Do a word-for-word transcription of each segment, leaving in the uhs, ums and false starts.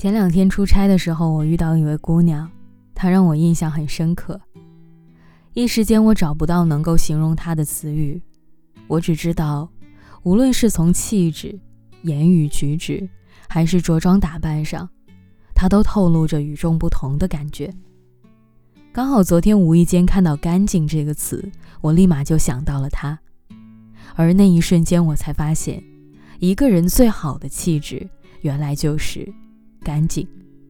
前两天出差的时候，我遇到一位姑娘，她让我印象很深刻。一时间我找不到能够形容她的词语，我只知道，无论是从气质、言语举止，还是着装打扮上，她都透露着与众不同的感觉。刚好昨天无意间看到干净这个词，我立马就想到了她。而那一瞬间我才发现，一个人最好的气质原来就是干净。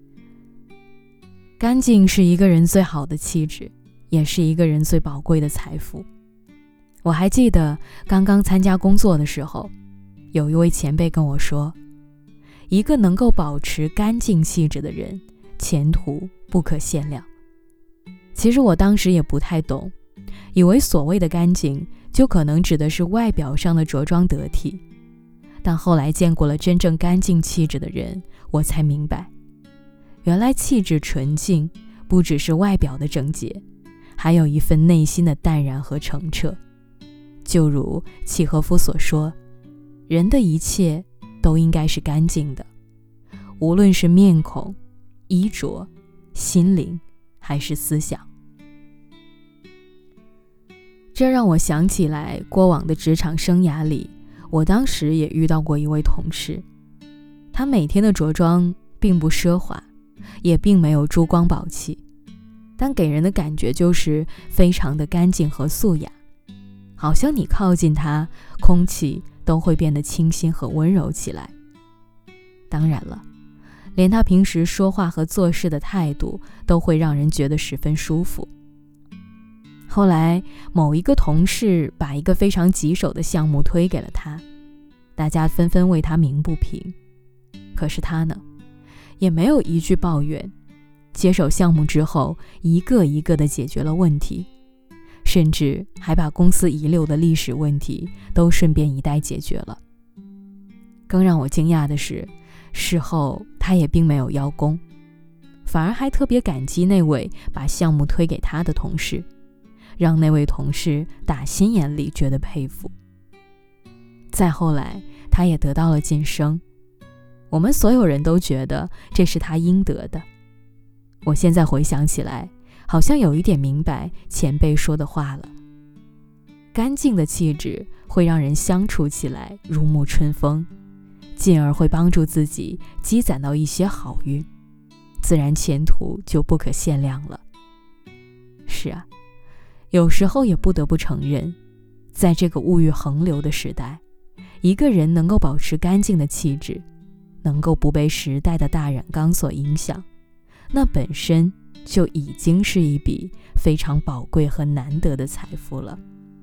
干净是一个人最好的气质，也是一个人最宝贵的财富。我还记得刚刚参加工作的时候，有一位前辈跟我说，一个能够保持干净气质的人，前途不可限量。其实我当时也不太懂，以为所谓的干净就可能指的是外表上的着装得体，但后来见过了真正干净气质的人，我才明白，原来气质纯净不只是外表的整洁，还有一份内心的淡然和澄澈。就如契诃夫所说，人的一切都应该是干净的，无论是面孔、衣着、心灵还是思想。这让我想起来过往的职场生涯里，我当时也遇到过一位同事，他每天的着装并不奢华，也并没有珠光宝气，但给人的感觉就是非常的干净和素雅，好像你靠近他，空气都会变得清新和温柔起来。当然了，连他平时说话和做事的态度都会让人觉得十分舒服。后来某一个同事把一个非常棘手的项目推给了他，大家纷纷为他鸣不平。可是他呢，也没有一句抱怨，接手项目之后，一个一个地解决了问题，甚至还把公司遗留的历史问题都顺便一带解决了。更让我惊讶的是，事后他也并没有邀功，反而还特别感激那位把项目推给他的同事，让那位同事打心眼里觉得佩服。再后来，他也得到了晋升，我们所有人都觉得这是他应得的。我现在回想起来，好像有一点明白前辈说的话了。干净的气质会让人相处起来如沐春风，进而会帮助自己积攒到一些好运，自然前途就不可限量了。是啊，有时候也不得不承认，在这个物欲横流的时代，一个人能够保持干净的气质，能够不被时代的大染缸所影响，那本身就已经是一笔非常宝贵和难得的财富了。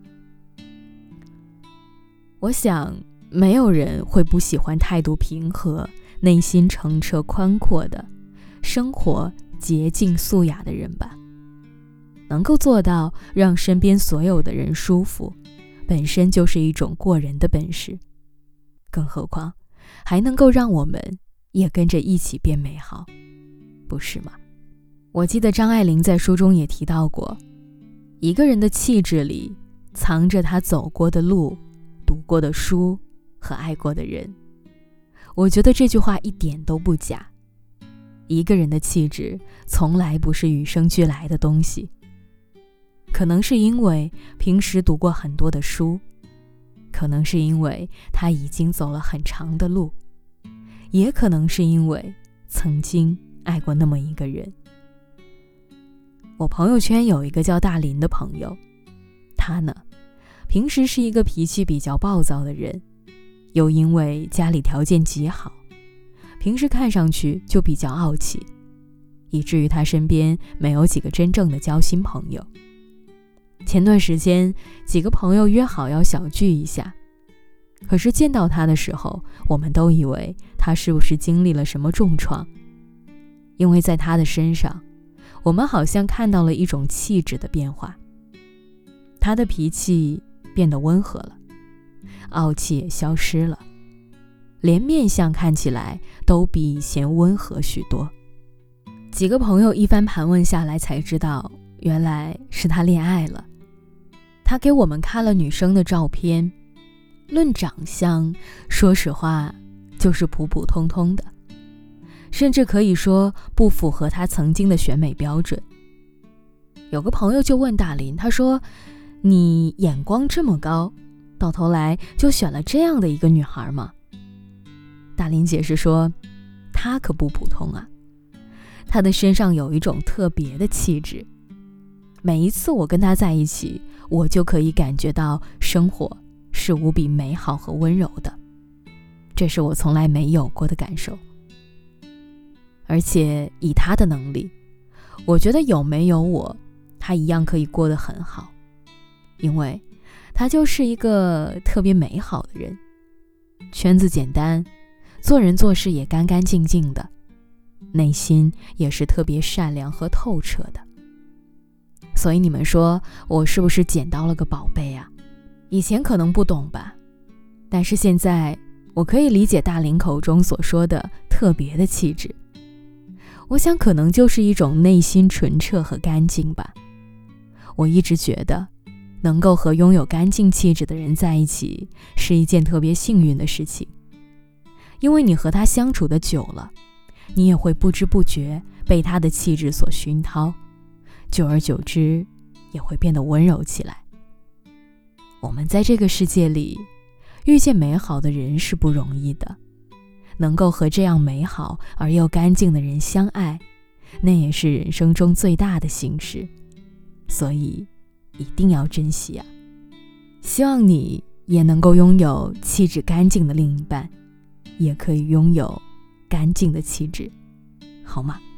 我想，没有人会不喜欢态度平和、内心澄澈宽阔的、生活洁净素雅的人吧。能够做到让身边所有的人舒服，本身就是一种过人的本事，更何况还能够让我们也跟着一起变美好，不是吗？我记得张爱玲在书中也提到过，一个人的气质里藏着他走过的路、读过的书和爱过的人。我觉得这句话一点都不假。一个人的气质从来不是与生俱来的东西，可能是因为平时读过很多的书，可能是因为他已经走了很长的路，也可能是因为曾经爱过那么一个人。我朋友圈有一个叫大林的朋友，他呢，平时是一个脾气比较暴躁的人，又因为家里条件极好，平时看上去就比较傲气，以至于他身边没有几个真正的交心朋友。前段时间，几个朋友约好要小聚一下，可是见到他的时候，我们都以为他是不是经历了什么重创，因为在他的身上，我们好像看到了一种气质的变化。他的脾气变得温和了，傲气也消失了，连面相看起来都比以前温和许多。几个朋友一番盘问下来才知道，原来是他恋爱了。他给我们看了女生的照片，论长相，说实话就是普普通通的， 甚至可以说不符合他曾经的选美标准。有个朋友就问大林，他说：你眼光这么高，到头来就选了这样的一个女孩吗？大林解释说，她可不普通啊，她的身上有一种特别的气质，每一次我跟她在一起，我就可以感觉到生活是无比美好和温柔的，这是我从来没有过的感受。而且以她的能力，我觉得有没有我，她一样可以过得很好，因为她就是一个特别美好的人，圈子简单，做人做事也干干净净的，内心也是特别善良和透彻的。所以你们说我是不是捡到了个宝贝啊？以前可能不懂吧，但是现在我可以理解大林口中所说的特别的气质。我想可能就是一种内心纯澈和干净吧。我一直觉得能够和拥有干净气质的人在一起是一件特别幸运的事情，因为你和他相处的久了，你也会不知不觉被他的气质所熏陶，久而久之也会变得温柔起来。我们在这个世界里遇见美好的人是不容易的，能够和这样美好而又干净的人相爱，那也是人生中最大的幸事，所以一定要珍惜啊！希望你也能够拥有气质干净的另一半，也可以拥有干净的气质，好吗？